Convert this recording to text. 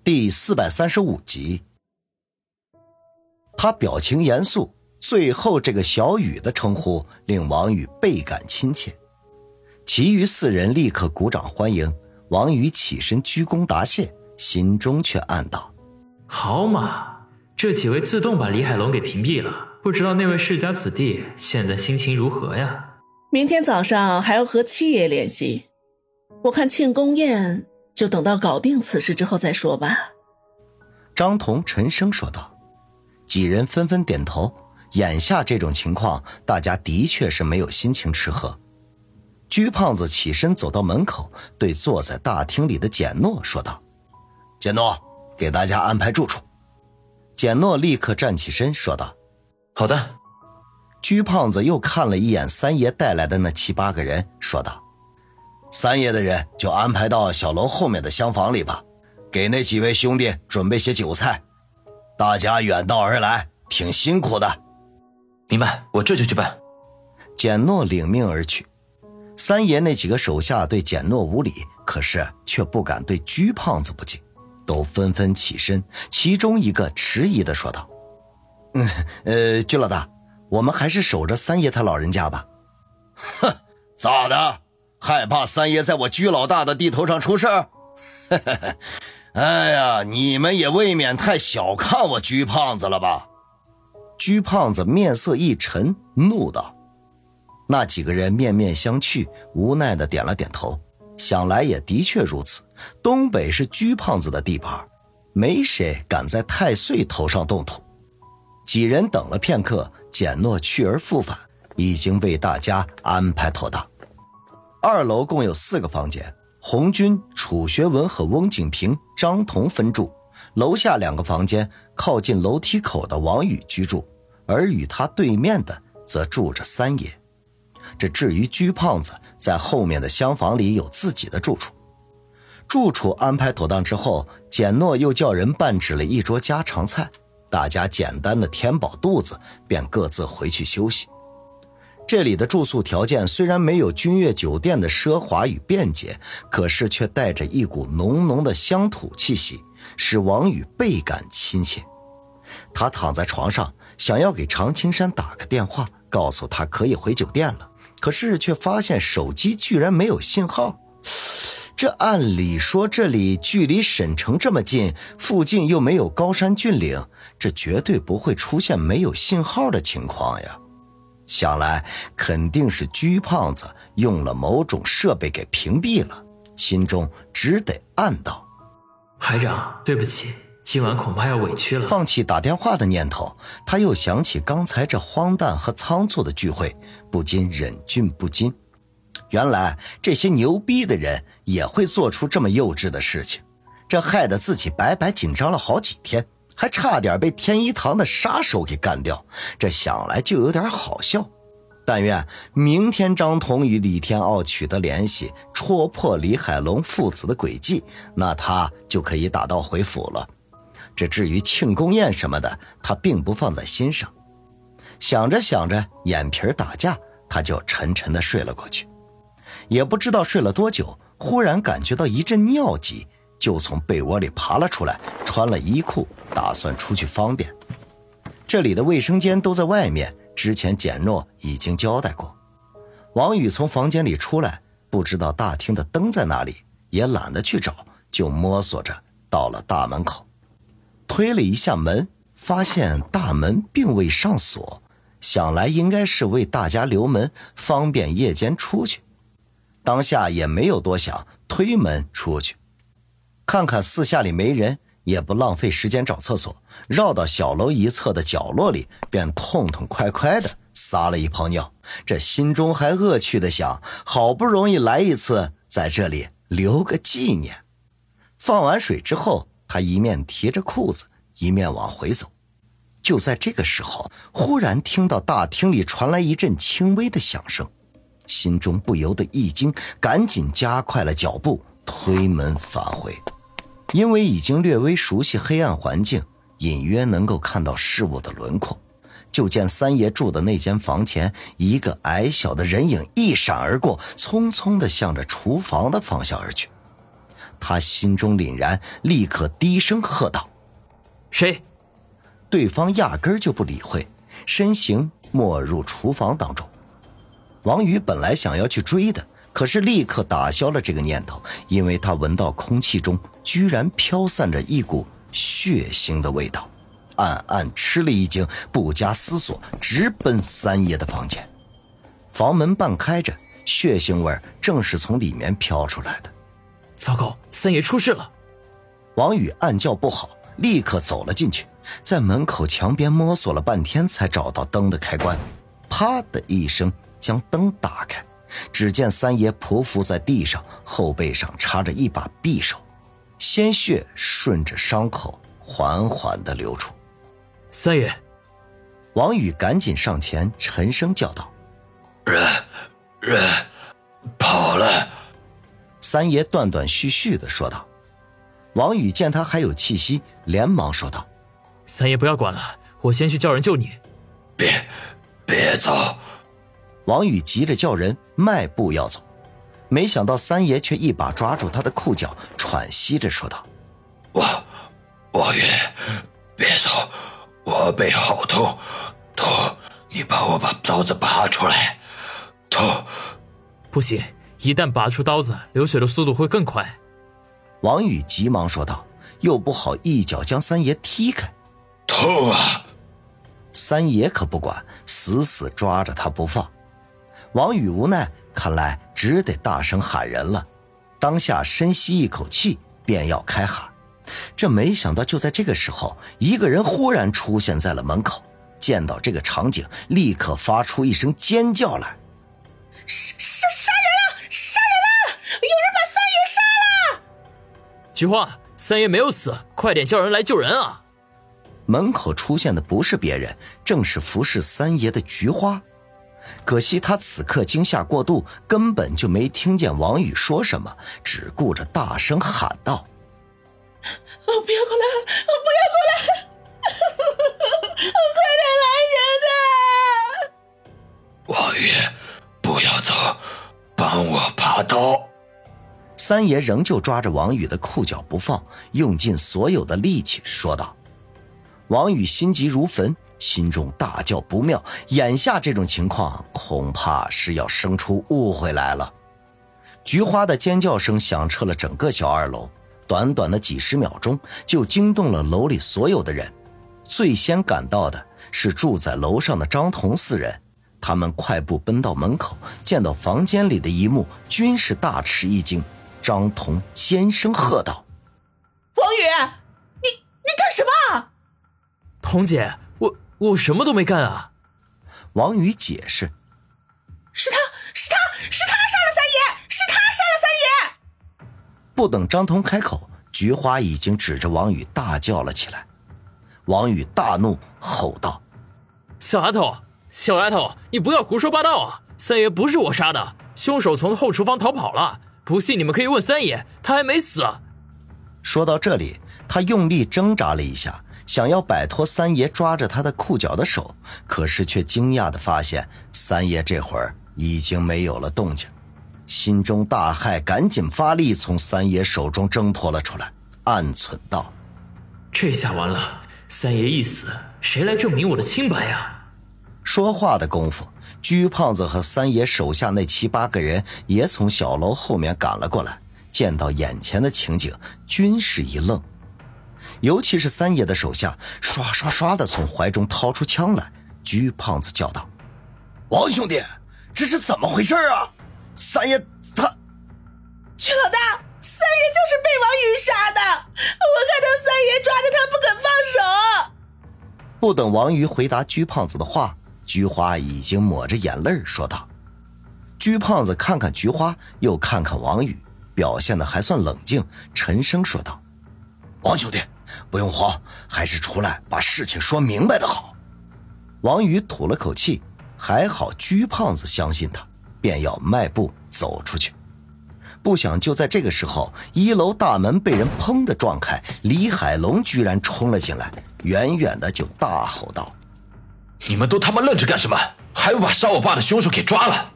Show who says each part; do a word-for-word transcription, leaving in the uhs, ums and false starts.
Speaker 1: 第四百三十五集。他表情严肃，最后这个小雨的称呼令王宇倍感亲切。其余四人立刻鼓掌欢迎，王宇起身鞠躬答谢，心中却暗道：
Speaker 2: 好嘛，这几位自动把李海龙给屏蔽了，不知道那位世家子弟现在心情如何呀？
Speaker 3: 明天早上还要和七爷联系，我看庆功宴就等到搞定此事之后再说吧。
Speaker 1: 张彤沉声说道。几人纷纷点头，眼下这种情况大家的确是没有心情吃喝。鞠胖子起身走到门口，对坐在大厅里的简诺说道：简诺，给大家安排住处。简诺立刻站起身说道：
Speaker 2: 好的。
Speaker 1: 鞠胖子又看了一眼三爷带来的那七八个人，说道：三爷的人就安排到小楼后面的厢房里吧，给那几位兄弟准备些酒菜，大家远道而来，挺辛苦的。
Speaker 2: 明白，我这就去办。
Speaker 1: 简诺领命而去。三爷那几个手下对简诺无礼，可是却不敢对鞠胖子不敬，都纷纷起身，其中一个迟疑地说道：嗯，呃，鞠老大，我们还是守着三爷他老人家吧。哼，咋的？害怕三爷在我鞠老大的地头上出事？哎呀，你们也未免太小看我鞠胖子了吧。鞠胖子面色一沉，怒道。那几个人面面相觑，无奈地点了点头，想来也的确如此，东北是鞠胖子的地盘，没谁敢在太岁头上动土。几人等了片刻，简诺去而复返，已经为大家安排妥当。二楼共有四个房间，红军、楚学文和翁景平、张彤分住，楼下两个房间靠近楼梯口的王宇居住，而与他对面的则住着三爷。这至于鞠胖子，在后面的厢房里有自己的住处。住处安排妥当之后，简诺又叫人办制了一桌家常菜，大家简单的填饱肚子，便各自回去休息。这里的住宿条件虽然没有君悦酒店的奢华与便捷，可是却带着一股浓浓的乡土气息，使王宇倍感亲切。他躺在床上，想要给常青山打个电话，告诉他可以回酒店了，可是却发现手机居然没有信号。这按理说这里距离省城这么近，附近又没有高山峻岭，这绝对不会出现没有信号的情况呀。想来肯定是鞠胖子用了某种设备给屏蔽了，心中只得暗道：
Speaker 2: 排长，对不起，今晚恐怕要委屈了。
Speaker 1: 放弃打电话的念头，他又想起刚才这荒诞和仓促的聚会，不禁忍俊不禁。原来这些牛逼的人也会做出这么幼稚的事情，这害得自己白白紧张了好几天，还差点被天一堂的杀手给干掉，这想来就有点好笑。但愿明天张彤与李天傲取得联系，戳破李海龙父子的诡计，那他就可以打道回府了。这至于庆功宴什么的，他并不放在心上。想着想着，眼皮打架，他就沉沉地睡了过去。也不知道睡了多久，忽然感觉到一阵尿急，就从被窝里爬了出来，穿了衣裤，打算出去方便。这里的卫生间都在外面，之前简诺已经交代过。王宇从房间里出来，不知道大厅的灯在哪里，也懒得去找，就摸索着到了大门口。推了一下门，发现大门并未上锁，想来应该是为大家留门，方便夜间出去。当下也没有多想，推门出去，看看四下里没人，也不浪费时间找厕所，绕到小楼一侧的角落里，便痛痛快快的撒了一泡尿。这心中还恶趣的想，好不容易来一次，在这里留个纪念。放完水之后，他一面提着裤子，一面往回走。就在这个时候，忽然听到大厅里传来一阵轻微的响声，心中不由得一惊，赶紧加快了脚步，推门返回。因为已经略微熟悉黑暗环境，隐约能够看到事物的轮廓，就见三爷住的那间房前，一个矮小的人影一闪而过，匆匆地向着厨房的方向而去。 他心中凛然，立刻低声喝道：
Speaker 2: 谁？
Speaker 1: 对方压根儿就不理会，身形没入厨房当中。王宇本来想要去追的，可是立刻打消了这个念头，因为他闻到空气中居然飘散着一股血腥的味道，暗暗吃了一惊，不加思索直奔三爷的房间。房门半开着，血腥味正是从里面飘出来的。
Speaker 2: 糟糕，三爷出事了！
Speaker 1: 王宇暗叫不好，立刻走了进去，在门口墙边摸索了半天才找到灯的开关，啪的一声将灯打开，只见三爷匍匐在地上，后背上插着一把匕首，鲜血顺着伤口缓缓地流出。
Speaker 2: 三爷！
Speaker 1: 王宇赶紧上前沉声叫道：
Speaker 4: 人人跑了。
Speaker 1: 三爷断断续续地说道。王宇见他还有气息，连忙说道：
Speaker 2: 三爷不要管了，我先去叫人救你。
Speaker 4: 别别走！
Speaker 1: 王宇急着叫人，迈步要走，没想到三爷却一把抓住他的裤脚，喘息着说道：
Speaker 4: 王王宇，别走，我背好痛，痛，你帮我把刀子拔出来，痛。
Speaker 2: 不行，一旦拔出刀子，流血的速度会更快。
Speaker 1: 王宇急忙说道，又不好一脚将三爷踢开。
Speaker 4: 痛啊！
Speaker 1: 三爷可不管，死死抓着他不放。王宇无奈，看来只得大声喊人了，当下深吸一口气，便要开喊。这没想到就在这个时候，一个人忽然出现在了门口，见到这个场景，立刻发出一声尖叫来：
Speaker 3: 杀杀杀人了！杀人了！有人把三爷杀了！
Speaker 2: 菊花，三爷没有死，快点叫人来救人啊！
Speaker 1: 门口出现的不是别人，正是服侍三爷的菊花。可惜他此刻惊吓过度，根本就没听见王宇说什么，只顾着大声喊道：
Speaker 3: 哦，不要过来！哦，不要过来！快点来人啊！
Speaker 4: 王宇，不要走，帮我拔刀。
Speaker 1: 三爷仍旧抓着王宇的裤脚不放，用尽所有的力气说道。王宇心急如焚，心中大叫不妙，眼下这种情况恐怕是要生出误会来了。菊花的尖叫声响彻了整个小二楼，短短的几十秒钟就惊动了楼里所有的人。最先赶到的是住在楼上的张彤四人，他们快步奔到门口，见到房间里的一幕，均是大吃一惊。张彤尖声喝道：
Speaker 3: 王宇，你你干什么？
Speaker 2: 彤姐，我我什么都没干啊！
Speaker 1: 王宇解释：
Speaker 3: 是他是他是他杀了三爷，是他杀了三爷！
Speaker 1: 不等张彤开口，菊花已经指着王宇大叫了起来。王宇大怒，吼道：
Speaker 2: 小丫头，小丫头，你不要胡说八道啊！三爷不是我杀的，凶手从后厨房逃跑了，不信你们可以问三爷，他还没死。
Speaker 1: 说到这里，他用力挣扎了一下，想要摆脱三爷抓着他的裤脚的手，可是却惊讶地发现三爷这会儿已经没有了动静，心中大骇，赶紧发力从三爷手中挣脱了出来，暗忖道：
Speaker 2: 这下完了，三爷一死，谁来证明我的清白呀？
Speaker 1: 说话的功夫，鞠胖子和三爷手下那七八个人也从小楼后面赶了过来，见到眼前的情景，均是一愣。尤其是三爷的手下刷刷刷的从怀中掏出枪来，鞠胖子叫道：王兄弟，这是怎么回事啊？三爷他……
Speaker 3: 曲老大，三爷就是被王宇杀的，我看到三爷抓着他不肯放手。
Speaker 1: 不等王宇回答鞠胖子的话，菊花已经抹着眼泪说道。鞠胖子看看菊花，又看看王宇，表现得还算冷静，沉声说道：王兄弟，不用慌，还是出来把事情说明白的好。王宇吐了口气，还好鞠胖子相信他，便要迈步走出去。不想就在这个时候，一楼大门被人砰地撞开，李海龙居然冲了进来，远远的就大吼道：
Speaker 4: 你们都他妈愣着干什么？还不把杀我爸的凶手给抓了！